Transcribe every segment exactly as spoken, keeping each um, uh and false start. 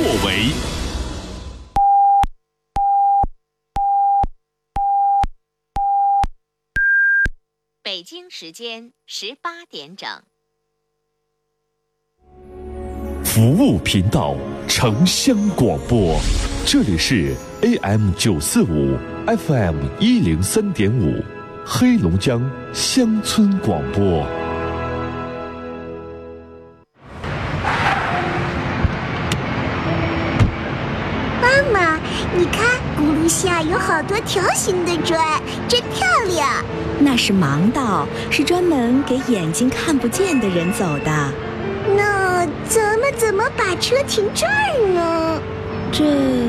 为。 北京时间十八点整。 服务频道，城乡广播，这里是 A M 九四五 F M 一零三点五，黑龙江乡村广播。 妈妈，你看轱辘下有好多条形的砖，真漂亮。 那是盲道，是专门给眼睛看不见的人走的。 那咱们怎么把车停这儿呢？ 这……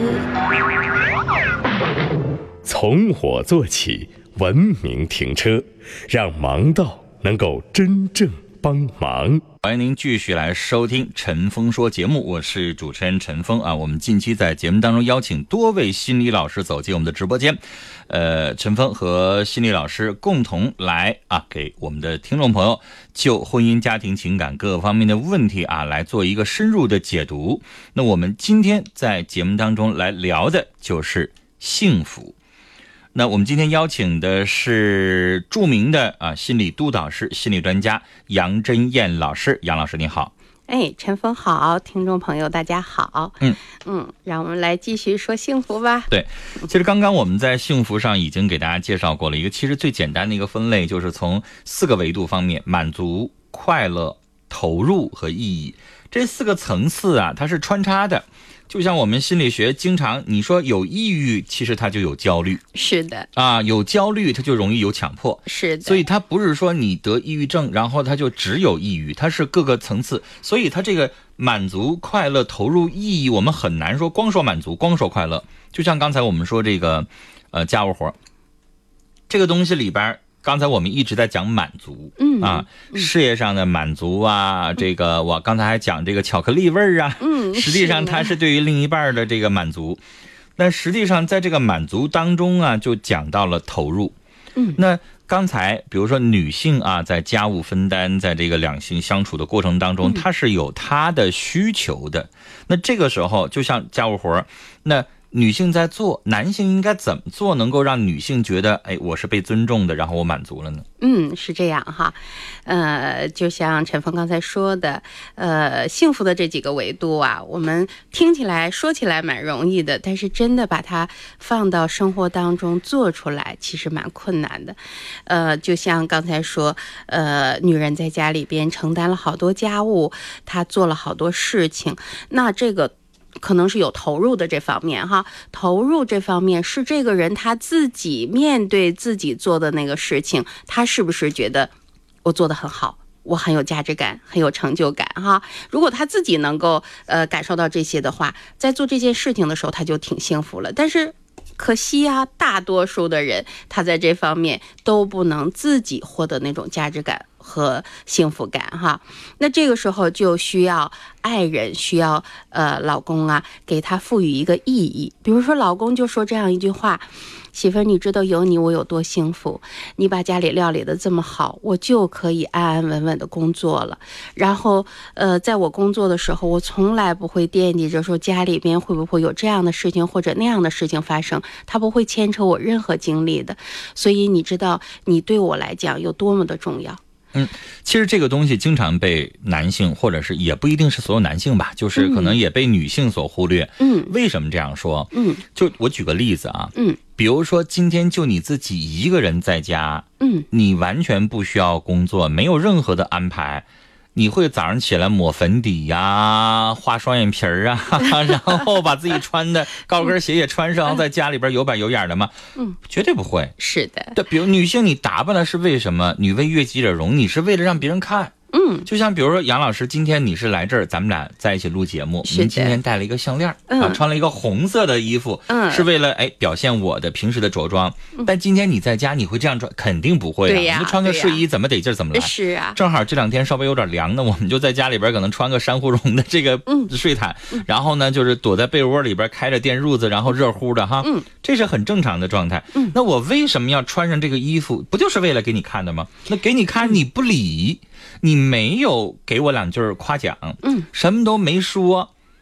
从我做起，文明停车，让盲道能够真正帮忙。 欢迎您继续来收听陈峰说节目，我是主持人陈峰啊。我们近期在节目当中邀请多位心理老师走进我们的直播间，呃，陈峰和心理老师共同来啊，给我们的听众朋友就婚姻、家庭、情感各方面的问题啊，来做一个深入的解读。那我们今天在节目当中来聊的就是幸福。那我们今天邀请的是著名的啊心理督导师、心理专家杨真燕老师。杨老师您好。 哎，陈峰好，听众朋友大家好。 嗯嗯，让我们来继续说幸福吧。 对，其实刚刚我们在幸福上已经给大家介绍过了一个，其实最简单的一个分类，就是从四个维度方面：满足、快乐、投入和意义。这四个层次啊，它是穿插的。就像我们心理学经常你说有抑郁，其实它就有焦虑。 是的啊，有焦虑它就容易有强迫。 是的， 所以它不是说你得抑郁症然后它就只有抑郁，它是各个层次。所以它这个满足、快乐、投入、意义，我们很难说光说满足光说快乐。就像刚才我们说这个呃家务活这个东西里边，刚才我们一直在讲满足， 嗯啊，事业上的满足啊，嗯、这个我刚才还讲这个巧克力味儿啊， 嗯， 实际上它是对于另一半的这个满足，但实际上在这个满足当中啊，就讲到了投入， 嗯， 那刚才比如说女性啊，在家务分担，在这个两性相处的过程当中，她是有她的需求的，那这个时候就像家务活，那女性在做，男性应该怎么做能够让女性觉得哎，我是被尊重的，然后我满足了呢？ 嗯，是这样哈，呃，就像陈峰刚才说的，呃，幸福的这几个维度啊，我们听起来说起来蛮容易的，但是真的把它放到生活当中做出来，其实蛮困难的。呃，就像刚才说，呃，女人在家里边承担了好多家务，她做了好多事情，那这个可能是有投入的这方面哈，投入这方面是这个人他自己面对自己做的那个事情，他是不是觉得我做得很好，我很有价值感，很有成就感哈？如果他自己能够呃感受到这些的话，在做这件事情的时候他就挺幸福了。但是可惜啊，大多数的人他在这方面都不能自己获得那种价值感和幸福感哈，那这个时候就需要爱人，需要呃老公啊，给他赋予一个意义。比如说老公就说这样一句话：媳妇儿，你知道有你我有多幸福？你把家里料理得这么好，我就可以安安稳稳的工作了。然后呃，在我工作的时候，我从来不会惦记着说家里边会不会有这样的事情或者那样的事情发生，它不会牵扯我任何精力的。所以你知道你对我来讲有多么的重要。 嗯，其实这个东西经常被男性，或者是也不一定是所有男性吧，就是可能也被女性所忽略。 嗯， 为什么这样说？ 嗯， 就我举个例子啊， 嗯， 比如说今天就你自己一个人在家， 嗯， 你完全不需要工作，没有任何的安排。你会早上起来抹粉底呀、啊，画双眼皮儿啊，然后把自己穿的高跟鞋也穿上，在家里边有板有眼的吗？ 嗯， 绝对不会。 是的。 对，比如女性，你打扮了是为什么？女为悦己者容，你是为了让别人看。 嗯， 就像比如说杨老师，今天你是来这儿，咱们俩在一起录节目，您今天戴了一个项链、 嗯、 啊，穿了一个红色的衣服， 嗯， 是为了哎表现我的平时的着装。嗯、但今天你在家，你会这样穿？肯定不会啊！ 对呀， 你就穿个睡衣，怎么得劲怎么来。 是啊， 正好这两天稍微有点凉呢，我们就在家里边可能穿个珊瑚绒的这个睡毯， 嗯、 然后呢就是躲在被窝里边开着电褥子，然后热乎的哈， 嗯， 这是很正常的状态。 嗯， 那我为什么要穿上这个衣服？不就是为了给你看的吗？那给你看你不理。你没有给我两句夸奖， 嗯， 什么都没说，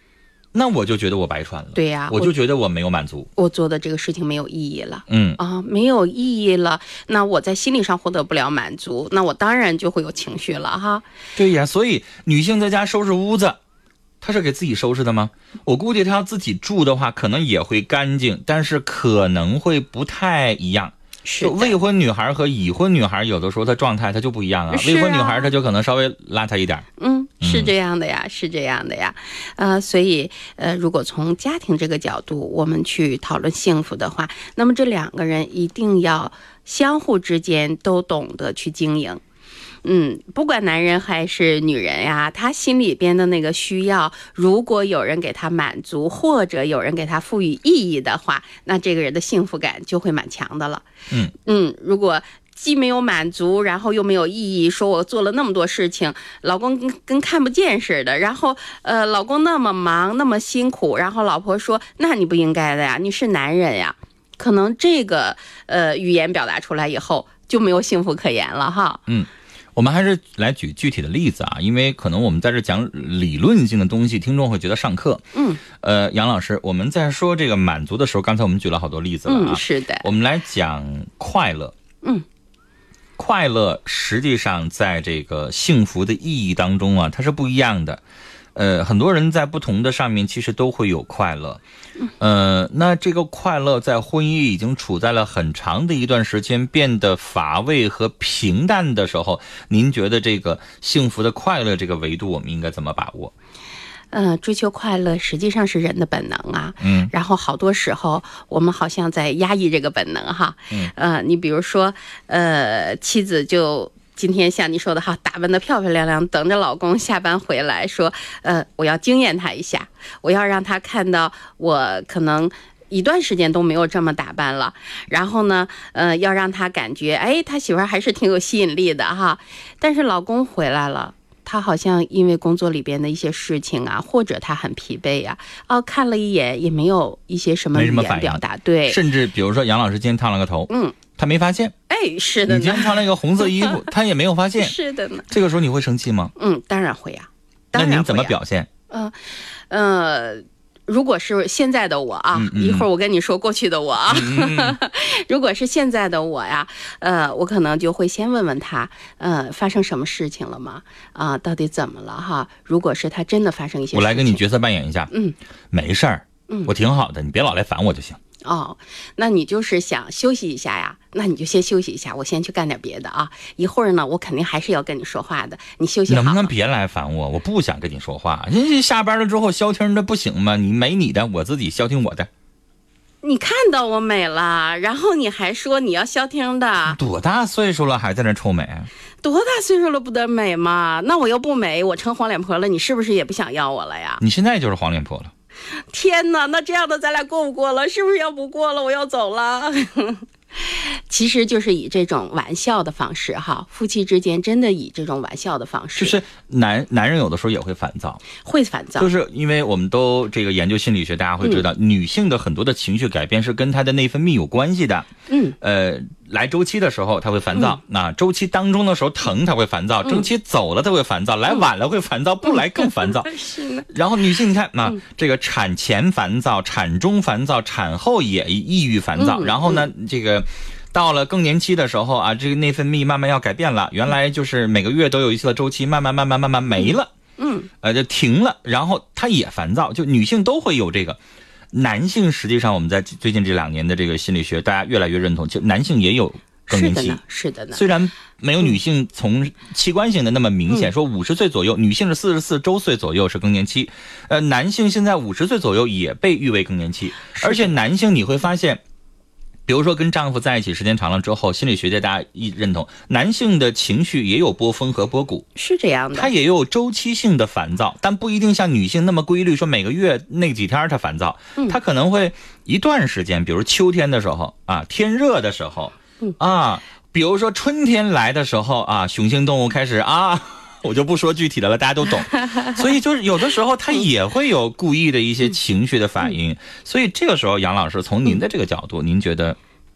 那我就觉得我白穿了。 对呀、啊， 我就觉得我没有满足， 我做的这个事情没有意义了。 嗯啊，没有意义了，那我在心理上获得不了满足，那我当然就会有情绪了哈。 对呀，所以女性在家收拾屋子，她是给自己收拾的吗？我估计她要自己住的话，可能也会干净，但是可能会不太一样。 是未婚女孩和已婚女孩有的时候她状态她就不一样啊。 是啊， 未婚女孩她就可能稍微邋遢一点。 嗯，是这样的呀，嗯、是这样的呀。呃，所以呃，如果从家庭这个角度我们去讨论幸福的话，那么这两个人一定要相互之间都懂得去经营。嗯，不管男人还是女人呀，他心里边的那个需要，如果有人给他满足，或者有人给他赋予意义的话，那这个人的幸福感就会蛮强的了。 嗯嗯，如果既没有满足，然后又没有意义，说我做了那么多事情，老公跟跟看不见似的，然后呃，老公那么忙那么辛苦，然后老婆说那你不应该的呀，你是男人呀，可能这个呃语言表达出来以后就没有幸福可言了哈。 嗯。我们还是来举具体的例子啊，因为可能我们在这讲理论性的东西，听众会觉得上课。 嗯， 呃，杨老师，我们在说这个满足的时候，刚才我们举了好多例子了啊。 嗯，是的。 我们来讲快乐。 嗯， 快乐实际上在这个幸福的意义当中啊，它是不一样的。呃，很多人在不同的上面其实都会有快乐。呃，那这个快乐在婚姻已经处在了很长的一段时间变得乏味和平淡的时候，您觉得这个幸福的快乐这个维度我们应该怎么把握？ 呃，追求快乐实际上是人的本能啊。 嗯， 然后好多时候我们好像在压抑这个本能哈。 嗯， 呃，你比如说，呃，妻子就今天像你说的哈，打扮得漂漂亮亮，等着老公下班回来说，呃，我要惊艳他一下，我要让他看到我可能一段时间都没有这么打扮了，然后呢，呃，要让他感觉，哎，他媳妇儿还是挺有吸引力的哈。但是老公回来了，他好像因为工作里边的一些事情啊，或者他很疲惫呀、啊，哦，看了一眼也没有一些什么语言表达，对， 甚至比如说杨老师今天烫了个头， 嗯， 他没发现。 哎，是的呢。 你今天穿了一个红色衣服，他也没有发现。 是的呢。 这个时候你会生气吗？ 嗯，当然会呀、啊。当然会、啊。 那您怎么表现？ 嗯呃。呃如果是现在的我啊， 嗯嗯、 一会儿我跟你说过去的我啊。 嗯嗯、 如果是现在的我呀，呃，我可能就会先问问他，呃，发生什么事情了吗？啊、呃，到底怎么了哈？如果是他真的发生一些事情， 我来跟你角色扮演一下。 嗯， 没事儿， 嗯， 我挺好的，你别老来烦我就行。 哦，那你就是想休息一下呀？那你就先休息一下，我先去干点别的啊。一会儿呢，我肯定还是要跟你说话的，你休息好。 能不能别来烦我？我不想跟你说话。这下班了之后消停的不行吗？你没你的，我自己消停我的。 你看到我美了，然后你还说你要消停的。 多大岁数了还在那臭美？ 多大岁数了不得美吗？那我要不美，我成黄脸婆了，你是不是也不想要我了呀？ 你现在就是黄脸婆了。 天哪，那这样的咱俩过不过了？是不是要不过了？我要走了。其实就是以这种玩笑的方式哈，夫妻之间真的以这种玩笑的方式， 就是男男人有的时候也会烦躁， 会烦躁， 就是因为我们都这个研究心理学，大家会知道，嗯、女性的很多的情绪改变是跟她的内分泌有关系的。 嗯， 呃，来周期的时候她会烦躁，那、嗯、周期当中的时候疼她会烦躁，周期走了她会烦躁，来晚了会烦躁，不来更烦躁。 是呢。 然后女性你看啊、 嗯， 这个产前烦躁，产中烦躁，产后也抑郁烦躁， 嗯、 然后呢，嗯、这个。到了更年期的时候啊，这个内分泌慢慢要改变了，原来就是每个月都有一次的周期，慢慢慢慢慢慢没了， 嗯， 呃，就停了，然后她也烦躁，就女性都会有这个。男性实际上我们在最近这两年的这个心理学，大家越来越认同，就男性也有更年期， 是的呢，是的呢。 虽然没有女性从器官性的那么明显， 嗯、 说五十岁左右，女性是四十四周岁左右是更年期，呃，男性现在五十岁左右也被誉为更年期，而且男性你会发现。比如说跟丈夫在一起时间长了之后，心理学界大家一认同，男性的情绪也有波峰和波谷， 是这样的， 他也有周期性的烦躁，但不一定像女性那么规律，说每个月那几天他烦躁，他、嗯、可能会一段时间，比如秋天的时候啊，天热的时候、 嗯、 啊，比如说春天来的时候啊，雄性动物开始啊。我就不说具体的了，大家都懂。所以就是有的时候他也会有故意的一些情绪的反应。所以这个时候，杨老师从您的这个角度，您觉得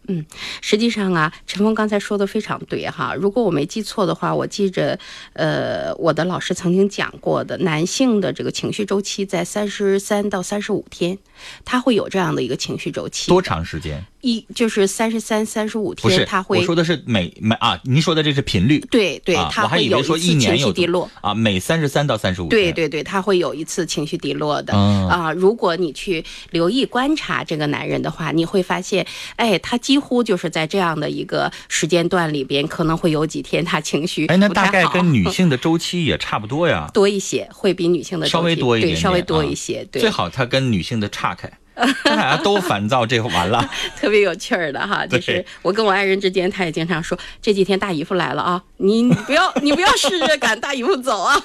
嗯，实际上啊，陈峰刚才说的非常对哈。如果我没记错的话，我记着，呃，我的老师曾经讲过的，男性的这个情绪周期在三十三到三十五天，他会有这样的一个情绪周期。 多长时间？ 一就是三十三、三十五天， 不是， 他会。 我说的是每每啊，您说的这是频率。 对对， 啊、 他会有一次情绪低落啊，每三十三到三十五天。 对对对，他会有一次情绪低落的、 嗯、 啊。如果你去留意观察这个男人的话，你会发现，哎，他几乎就是在这样的一个时间段里边，可能会有几天他情绪不太好。 哎，那大概跟女性的周期也差不多呀， 多一些，会比女性的周期稍微多一点点， 对，稍微多一些。 啊、 对， 最好他跟女性的岔开。他俩都烦躁，这完了， 特别有趣儿的哈。就是我跟我爱人之间，他也经常说，这几天大姨夫来了啊，你你不要你不要试着赶大姨夫走啊。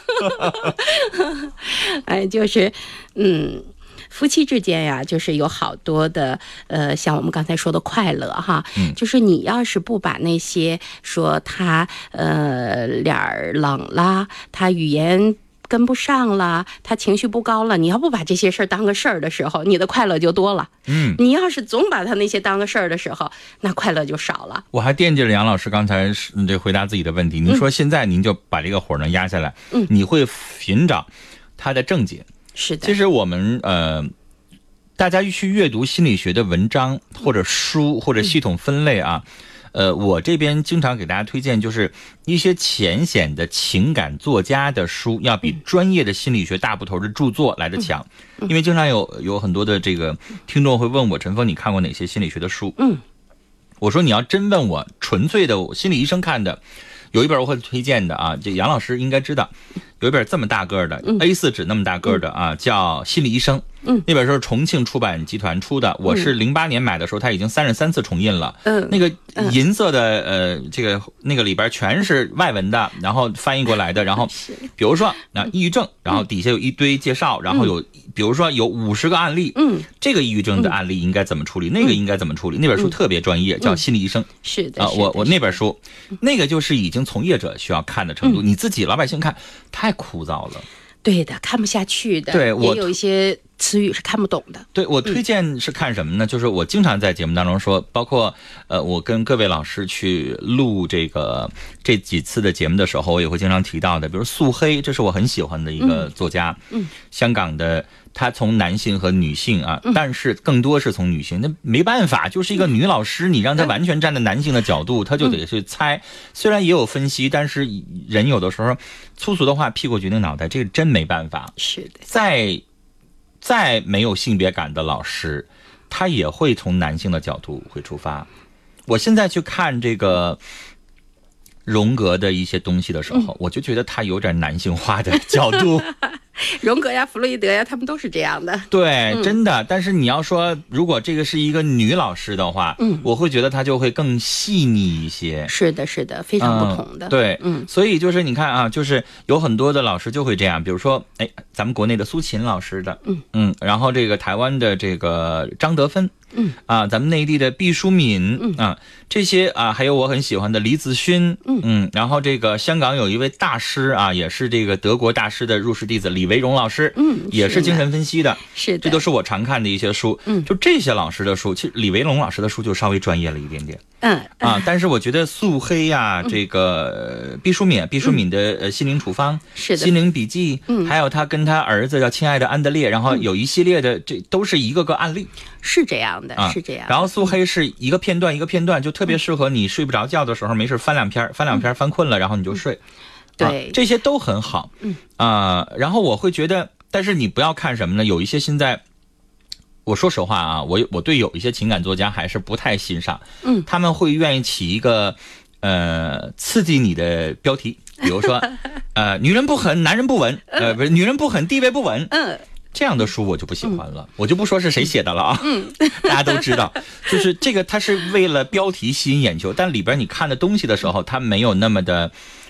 哎，就是嗯。夫妻之间呀，就是有好多的，呃，像我们刚才说的快乐哈， 嗯， 就是你要是不把那些说他呃脸儿冷啦，他语言跟不上了，他情绪不高了，你要不把这些事儿当个事儿的时候，你的快乐就多了。 嗯， 你要是总把他那些当个事儿的时候，那快乐就少了。 我还惦记着杨老师刚才这回答自己的问题，您说现在您就把这个火呢压下来，嗯，你会寻找他的症结。 是的， 其实我们呃，大家去阅读心理学的文章或者书或者系统分类啊，呃，我这边经常给大家推荐就是一些浅显的情感作家的书，要比专业的心理学大部头的著作来得强。因为经常有有很多的这个听众会问我，陈峰，你看过哪些心理学的书？ 嗯， 我说你要真问我纯粹的心理医生看的，有一本我会推荐的啊，这杨老师应该知道。有一本这么大个的、嗯、A 四 纸那么大个的啊，叫《心理医生》。嗯，那本是重庆出版集团出的，我是零八年买的时候，它已经三十三次重印了。嗯，那个银色的呃，这个那个里边全是外文的，然后翻译过来的，然后比如说那抑郁症，然后底下有一堆介绍，然后有比如说有五十个案例，嗯，这个抑郁症的案例应该怎么处理，那个应该怎么处理，那本书特别专业，叫《心理医生》。 是的啊，我我那本书，那个就是已经从业者需要看的程度，你自己老百姓看太枯燥了。 对的，看不下去的。 对，我也有一些词语是看不懂的。 对，我推荐是看什么呢？嗯、就是我经常在节目当中说，包括呃，我跟各位老师去录这个这几次的节目的时候，我也会经常提到的，比如素黑，这是我很喜欢的一个作家，嗯，嗯香港的。他从男性和女性啊，但是更多是从女性，那没办法，就是一个女老师，你让她完全站在男性的角度，她就得去猜。虽然也有分析，但是人有的时候粗俗的话，屁股决定脑袋，这个真没办法。 是的， 再再没有性别感的老师，他也会从男性的角度会出发。我现在去看这个荣格的一些东西的时候，我就觉得他有点男性化的角度。 荣格呀、弗洛伊德呀，他们都是这样的。 对，嗯、真的。但是你要说，如果这个是一个女老师的话，嗯，我会觉得她就会更细腻一些。 是的，是的，非常不同的。 嗯、对，嗯，所以就是你看啊，就是有很多的老师就会这样，比如说，哎，咱们国内的苏秦老师的，嗯嗯，然后这个台湾的这个张德芬。嗯啊，咱们内地的毕淑敏，嗯啊，这些啊，还有我很喜欢的李子勋，嗯嗯，然后这个香港有一位大师啊，也是这个德国大师的入室弟子李维荣老师，嗯，也是精神分析的， 是的， 这都是我常看的一些书，嗯，就这些老师的书，其实李维荣老师的书就稍微专业了一点点，嗯啊，但是我觉得素黑呀、啊，这个毕淑敏，毕淑敏的呃心灵处方， 是的， 心灵笔记，嗯，还有他跟他儿子叫亲爱的安德烈，然后有一系列的，这都是一个个案例， 是这样。啊、是这样， 然后素黑是一个片段一个片段，就特别适合你睡不着觉的时候，没事翻两篇，翻两篇翻困了，然后你就睡。 对、 啊，这些都很好。嗯啊、呃，然后我会觉得，但是你不要看什么呢？有一些现在，我说实话啊，我我对有一些情感作家还是不太欣赏。嗯，他们会愿意起一个呃刺激你的标题，比如说呃女人不狠，男人不稳，呃不是女人不狠，地位不稳。嗯。这样的书我就不喜欢了、嗯、我就不说是谁写的了啊，嗯，大家都知道，就是这个它是为了标题吸引眼球，但里边你看的东西的时候它没有那么的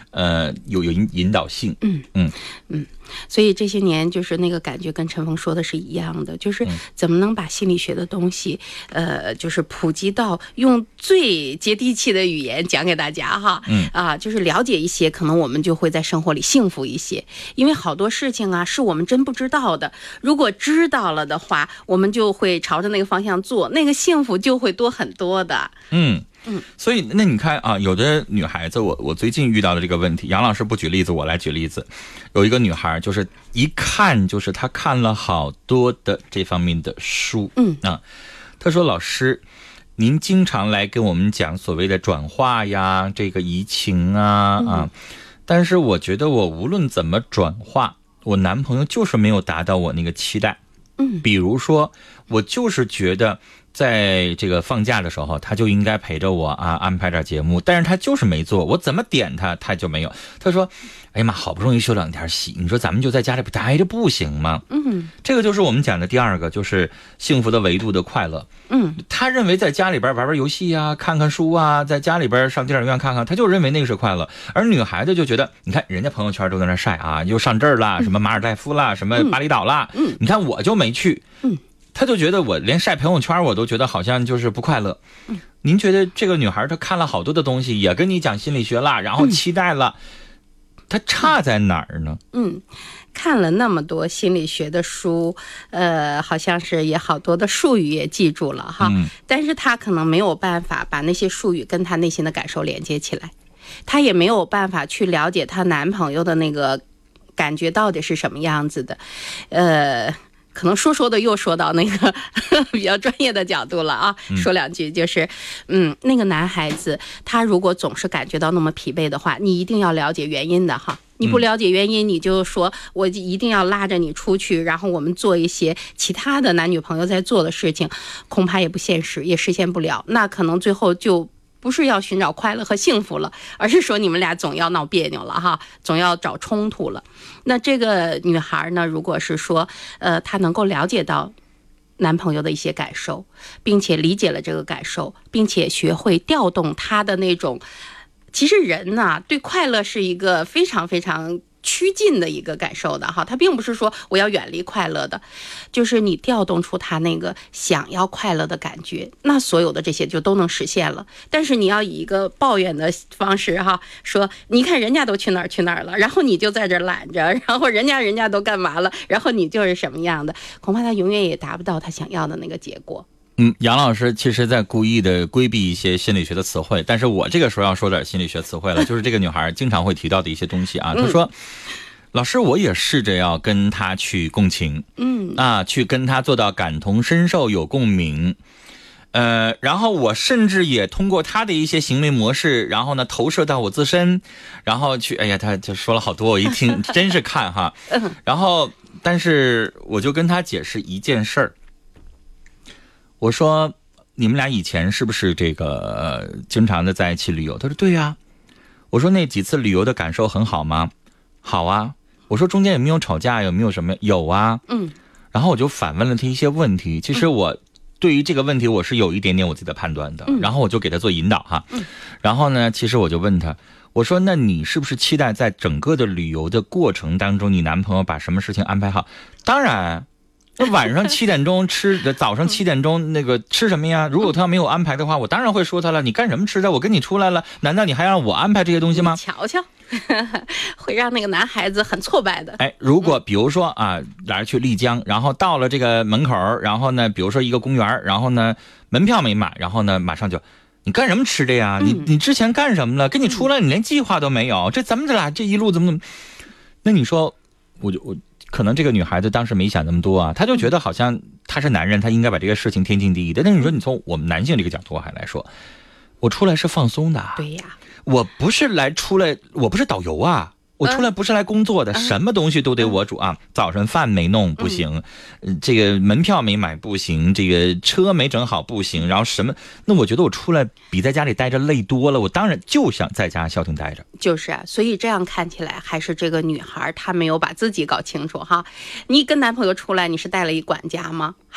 呃，有有引引导性。 嗯嗯嗯，所以这些年就是那个感觉跟陈峰说的是一样的，就是怎么能把心理学的东西，呃，就是普及到用最接地气的语言讲给大家哈。嗯啊，就是了解一些，可能我们就会在生活里幸福一些。因为好多事情啊，是我们真不知道的。如果知道了的话，我们就会朝着那个方向做，那个幸福就会多很多的。 嗯。嗯，所以那你看啊，有的女孩子，我我最近遇到的这个问题，杨老师不举例子，我来举例子。有一个女孩，就是一看就是她看了好多的这方面的书，嗯啊，她说老师，您经常来跟我们讲所谓的转化呀，这个移情啊、嗯、啊，但是我觉得我无论怎么转化，我男朋友就是没有达到我那个期待。嗯，比如说我就是觉得在这个放假的时候他就应该陪着我啊，安排点节目，但是他就是没做，我怎么点他他就没有。他说哎呀妈，好不容易休两天息，你说咱们就在家里待着不行吗？嗯，这个就是我们讲的第二个，就是幸福的维度的快乐。嗯，他认为在家里边玩玩游戏啊，看看书啊，在家里边上电影院看看，他就认为那个是快乐。而女孩子就觉得，你看人家朋友圈都在那晒啊，又上这儿啦，什么马尔代夫啦，什么巴厘岛啦，嗯，你看我就没去。嗯，他就觉得我连晒朋友圈我都觉得好像就是不快乐。嗯，您觉得这个女孩她看了好多的东西，也跟你讲心理学啦，然后期待了，她差在哪儿呢？嗯，看了那么多心理学的书，呃，好像是也好多的术语也记住了哈，嗯，但是她可能没有办法把那些术语跟她内心的感受连接起来，她也没有办法去了解她男朋友的那个感觉到底是什么样子的，呃。可能说说的又说到那个比较专业的角度了啊，嗯，说两句就是，嗯，那个男孩子他如果总是感觉到那么疲惫的话，你一定要了解原因的哈。你不了解原因，你就说我一定要拉着你出去，然后我们做一些其他的男女朋友在做的事情，恐怕也不现实，也实现不了。那可能最后就不是要寻找快乐和幸福了，而是说你们俩总要闹别扭了哈，总要找冲突了。那这个女孩呢，如果是说呃她能够了解到男朋友的一些感受，并且理解了这个感受，并且学会调动她的那种，其实人呢对快乐是一个非常非常趋近的一个感受的哈，他并不是说我要远离快乐的，就是你调动出他那个想要快乐的感觉，那所有的这些就都能实现了。但是你要以一个抱怨的方式哈，说你看人家都去哪儿去哪儿了，然后你就在这懒着，然后人家人家都干嘛了，然后你就是什么样的，恐怕他永远也达不到他想要的那个结果。嗯，杨老师其实在故意的规避一些心理学的词汇，但是我这个时候要说点心理学词汇了，就是这个女孩经常会提到的一些东西啊。她说，老师，我也试着要跟她去共情，嗯啊，去跟她做到感同身受，有共鸣。呃，然后我甚至也通过她的一些行为模式，然后呢投射到我自身，然后去，哎呀，她就说了好多，我一听真是看哈。然后，但是我就跟她解释一件事儿。我说你们俩以前是不是这个、呃、经常的在一起旅游？他说对呀。我说那几次旅游的感受很好吗？好啊。我说中间有没有吵架？有没有什么？有啊。嗯。然后我就反问了他一些问题。其实我对于这个问题我是有一点点我自己的判断的。嗯。然后我就给他做引导哈。嗯。然后呢，其实我就问他，我说那你是不是期待在整个的旅游的过程当中，你男朋友把什么事情安排好？当然。那晚上七点钟吃，早上七点钟那个吃什么呀？如果他没有安排的话，我当然会说他了。你干什么吃的？我跟你出来了，难道你还让我安排这些东西吗？瞧瞧，会让那个男孩子很挫败的。哎，如果比如说啊，俩人去丽江，然后到了这个门口，然后呢，比如说一个公园，然后呢，门票没买，然后呢，马上就，你干什么吃的呀？你你之前干什么了？跟你出来，你连计划都没有，这咱们这俩这一路怎么怎么？那你说，我就我。可能这个女孩子当时没想那么多啊，她就觉得好像她是男人，她应该把这个事情天经地义的。但是你说你从我们男性这个角度还来说，我出来是放松的，对呀，我不是来出来，我不是导游啊，我出来不是来工作的，嗯、什么东西都得我煮啊。早晨饭没弄不行、嗯，这个门票没买不行，这个车没整好不行，然后什么？那我觉得我出来比在家里待着累多了，我当然就想在家消停待着。就是啊，所以这样看起来还是这个女孩她没有把自己搞清楚哈。你跟男朋友出来，你是带了一管家吗？还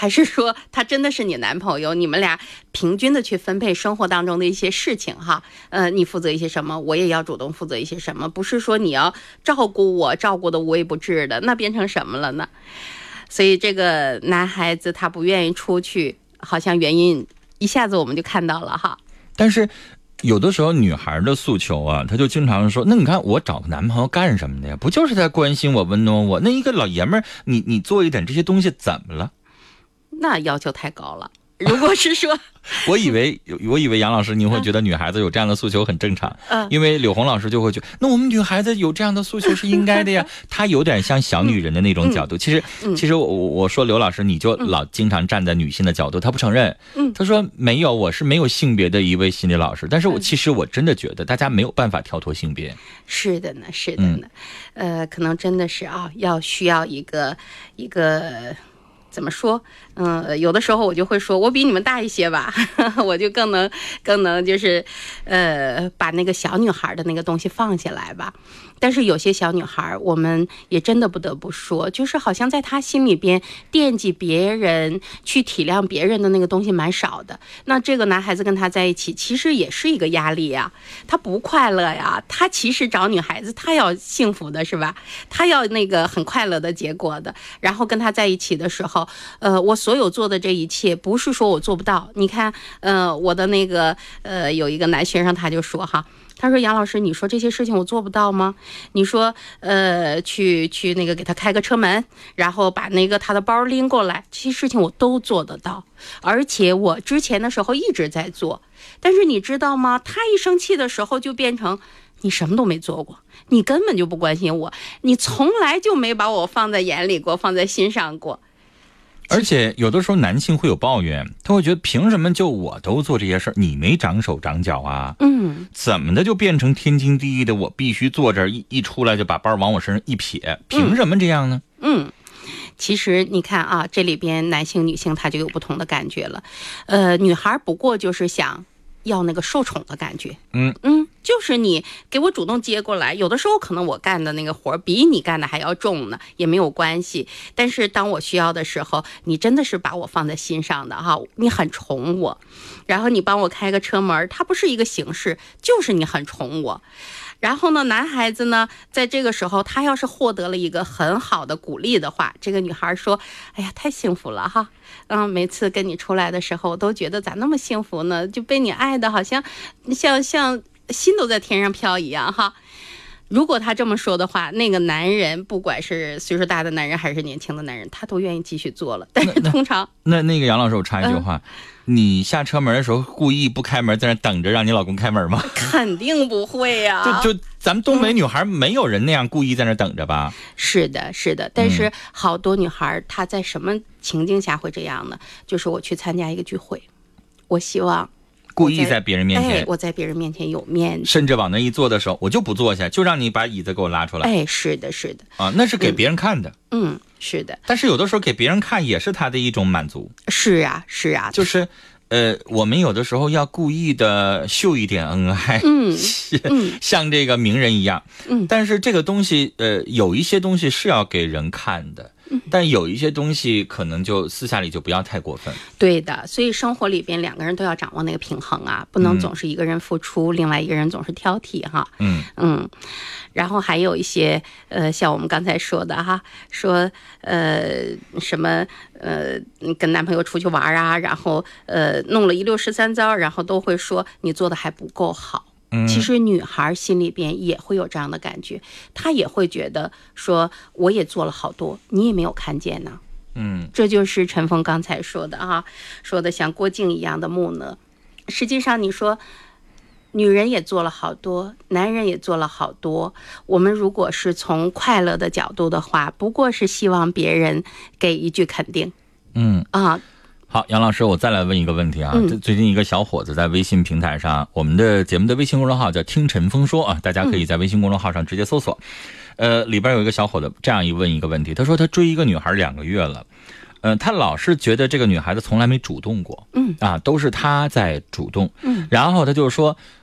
还是说他真的是你男朋友？你们俩平均的去分配生活当中的一些事情哈，呃，你负责一些什么，我也要主动负责一些什么，不是说你要照顾我，照顾的无微不至的，那变成什么了呢？所以这个男孩子他不愿意出去，好像原因一下子我们就看到了哈。 但是有的时候女孩的诉求啊，她就经常说，那你看我找个男朋友干什么的呀？不就是在关心我温暖我？那一个老爷们儿，你你做一点这些东西怎么了？ 那要求太高了。如果是说我以为我以为杨老师您会觉得女孩子有这样的诉求很正常，嗯，因为柳红老师就会觉得那我们女孩子有这样的诉求是应该的呀。她有点像小女人的那种角度。嗯、其实、嗯、其实我我说刘老师你就老经常站在女性的角度，她不承认。嗯，她说没有，我是没有性别的一位心理老师，但是我其实我真的觉得大家没有办法跳脱性别。 是的呢，是的呢，嗯、呃，可能真的是啊，要需要一个一个。怎么说？嗯，有的时候我就会说，我比你们大一些吧，我就更能更能就是，呃，把那个小女孩的那个东西放下来吧。但是有些小女孩，我们也真的不得不说，就是好像在她心里边惦记别人、去体谅别人的那个东西蛮少的。那这个男孩子跟她在一起，其实也是一个压力呀，他不快乐呀。他其实找女孩子，他要幸福的是吧？他要那个很快乐的结果的。然后跟他在一起的时候，呃，我所有做的这一切，不是说我做不到。你看，呃，我的那个呃，有一个男学生他就说哈。他说杨老师，你说这些事情我做不到吗？你说呃去去那个给他开个车门，然后把那个他的包拎过来，这些事情我都做得到，而且我之前的时候一直在做。但是你知道吗，他一生气的时候就变成你什么都没做过，你根本就不关心我，你从来就没把我放在眼里过，放在心上过。 而且有的时候男性会有抱怨，他会觉得凭什么就我都做这些事儿，你没长手长脚啊？嗯，怎么的就变成天经地义的，我必须坐这儿一一出来就把包往我身上一撇，凭什么这样呢？ 嗯。嗯，其实你看啊，这里边男性女性他就有不同的感觉了。呃，女孩不过就是想要那个受宠的感觉。嗯嗯，就是你给我主动接过来，有的时候可能我干的那个活比你干的还要重呢，也没有关系。但是当我需要的时候，你真的是把我放在心上的哈，你很宠我。然后你帮我开个车门，它不是一个形式，就是你很宠我。然后呢，男孩子呢，在这个时候，他要是获得了一个很好的鼓励的话，这个女孩说：“哎呀，太幸福了哈！嗯，每次跟你出来的时候，我都觉得咋那么幸福呢？就被你爱的好像像像心都在天上飘一样哈。”如果他这么说的话，那个男人不管是岁数大的男人还是年轻的男人，他都愿意继续做了。但是通常那 那, 那个杨老师，我插一句话。嗯，你下车门的时候故意不开门，在那等着让你老公开门吗？ 肯定不会呀、啊。 就就咱们东北女孩没有人那样故意在那等着吧？ 嗯、是的，是的。但是好多女孩她在什么情境下会这样呢？就是我去参加一个聚会，我希望故意在别人面前， 哎，我在别人面前有面子， 甚至往那一坐的时候，我就不坐下，就让你把椅子给我拉出来。 哎，是的，是的。 啊，那是给别人看的。 嗯。嗯，是的。 但是有的时候给别人看也是他的一种满足。 是啊，是啊。 就是。呃，我们有的时候要故意的秀一点恩爱，嗯，嗯像这个名人一样，嗯，但是这个东西，呃，有一些东西是要给人看的，嗯，但有一些东西可能就私下里就不要太过分。 对的，所以生活里边两个人都要掌握那个平衡啊，不能总是一个人付出，嗯、另外一个人总是挑剔哈。嗯嗯，然后还有一些呃，像我们刚才说的哈，说呃什么呃跟男朋友出去玩啊，然后呃弄了一溜十三招，然后都会说你做的还不够好。嗯，其实女孩心里边也会有这样的感觉，她也会觉得说我也做了好多，你也没有看见呢。嗯，这就是陈峰刚才说的啊，说的像郭靖一样的木讷。实际上你说女人也做了好多，男人也做了好多，我们如果是从快乐的角度的话，不过是希望别人给一句肯定。嗯啊， 好，杨老师，我再来问一个问题啊。嗯、最近一个小伙子在微信平台上，我们的节目的微信公众号叫听陈峰说啊，大家可以在微信公众号上直接搜索。嗯、呃，里边有一个小伙子这样一问一个问题，他说他追一个女孩两个月了，嗯、呃，他老是觉得这个女孩子从来没主动过，嗯啊，都是他在主动，嗯，然后他就说，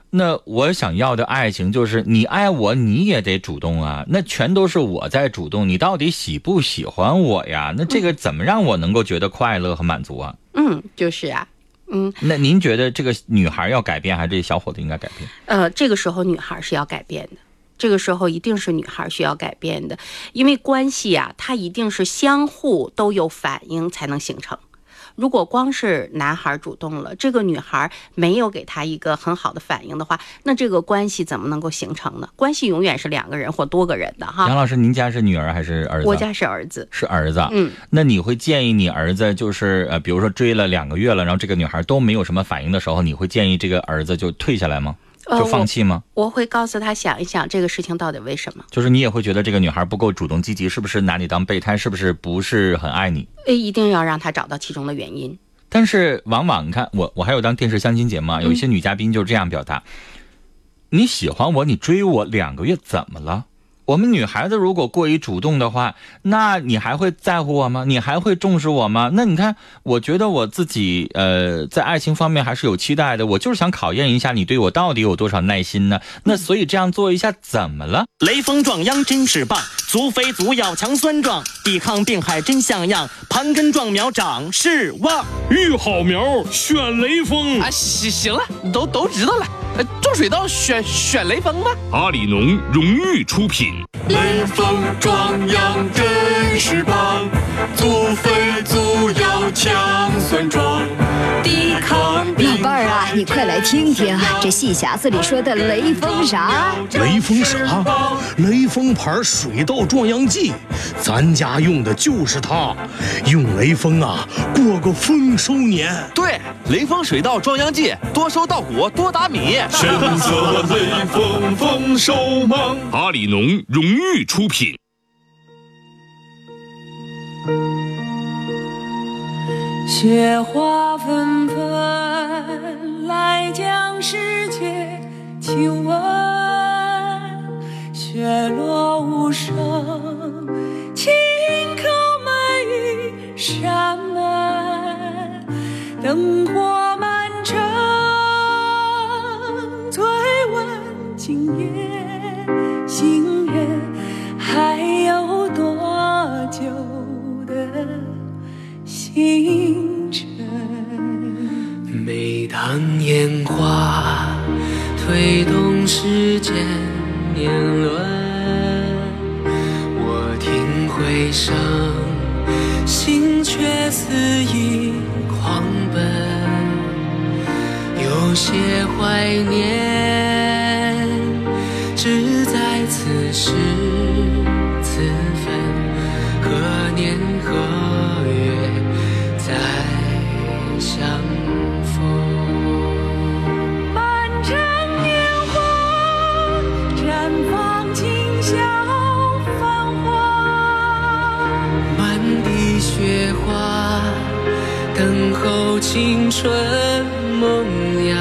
那我想要的爱情就是你爱我你也得主动啊，那全都是我在主动，你到底喜不喜欢我呀？那这个怎么让我能够觉得快乐和满足啊？ 嗯，就是啊。嗯， 那您觉得这个女孩要改变，还是这小伙子应该改变？ 呃，这个时候女孩是要改变的，这个时候一定是女孩需要改变的，因为关系啊，它一定是相互都有反应才能形成。如果光是男孩主动了，这个女孩没有给他一个很好的反应的话，那这个关系怎么能够形成呢？关系永远是两个人或多个人的哈。 杨老师，您家是女儿还是儿子？ 我家是儿子。 是儿子。 嗯， 那你会建议你儿子就是呃，比如说追了两个月了，然后这个女孩都没有什么反应的时候，你会建议这个儿子就退下来吗？就放弃吗？ 呃、我, 我会告诉他想一想这个事情到底为什么。 就是你也会觉得这个女孩不够主动积极，是不是拿你当备胎？是不是不是很爱你？ 呃，一定要让他找到其中的原因。 但是往往你看我我还有当电视相亲节目，有一些女嘉宾就这样表达、嗯、你喜欢我，你追我两个月怎么了？我们女孩子如果过于主动的话，那你还会在乎我吗？你还会重视我吗？那你看，我觉得我自己呃在爱情方面还是有期待的，我就是想考验一下你对我到底有多少耐心呢？那所以这样做一下怎么了？ 雷锋壮秧真是棒，足肥足要强酸壮，抵抗病害真像样，盘根壮苗长势旺。 育好苗选雷锋啊！行行了，都都知道了。呃，种水稻选选雷锋吗？ 阿里农荣誉出品。 雷锋壮秧真是棒，足肥足要强酸壮，抵抗病。 老伴儿啊，你快来听听这戏匣子里说的雷锋啥？ 雷锋啥？雷锋牌水稻壮秧剂，咱家用的就是它。用雷锋啊，过个丰收年。 对，雷锋水稻壮秧剂，多收稻谷，多打米。 深色雷锋丰收忙。 阿里农荣誉出品。 雪花纷纷来将世界亲吻，雪落无声，轻叩门与山门，灯火满城，醉问今夜行人还有多久的星辰。 每当烟花推动时间年轮，我听回声，心却似已狂奔。有些怀念，只在此时此分，何年何月再相逢。 满城烟火绽放，今宵繁华， 满地雪花等候青春萌芽。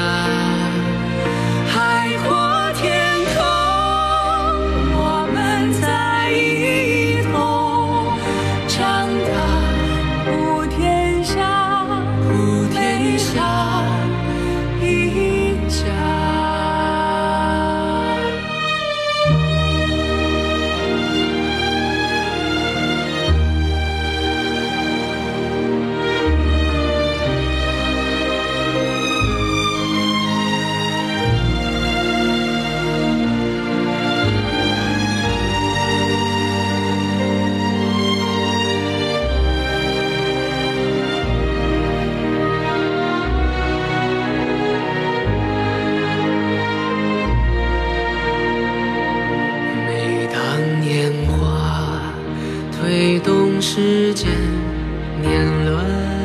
海阔天空，我们在一同长大，普天下， 普天下一家。 推动时间年轮，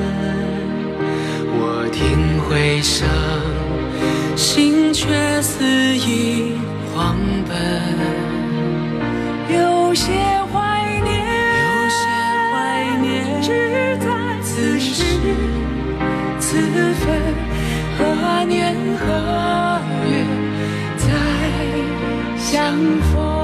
我听回声，心却似已狂奔。 有些怀念， 有些怀念， 只在此时此分，何年何月再相逢。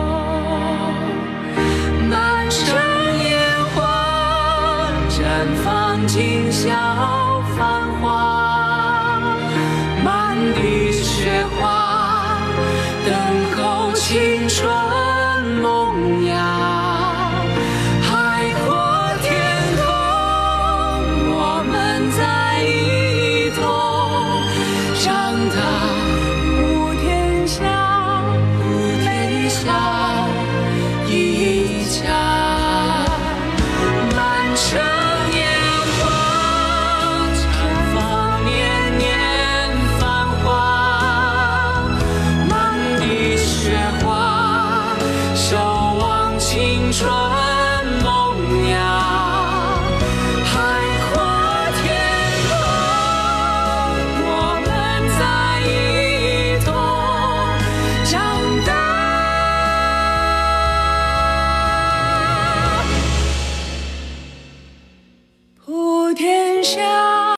满城烟火绽放，今宵繁华，满地雪花青春。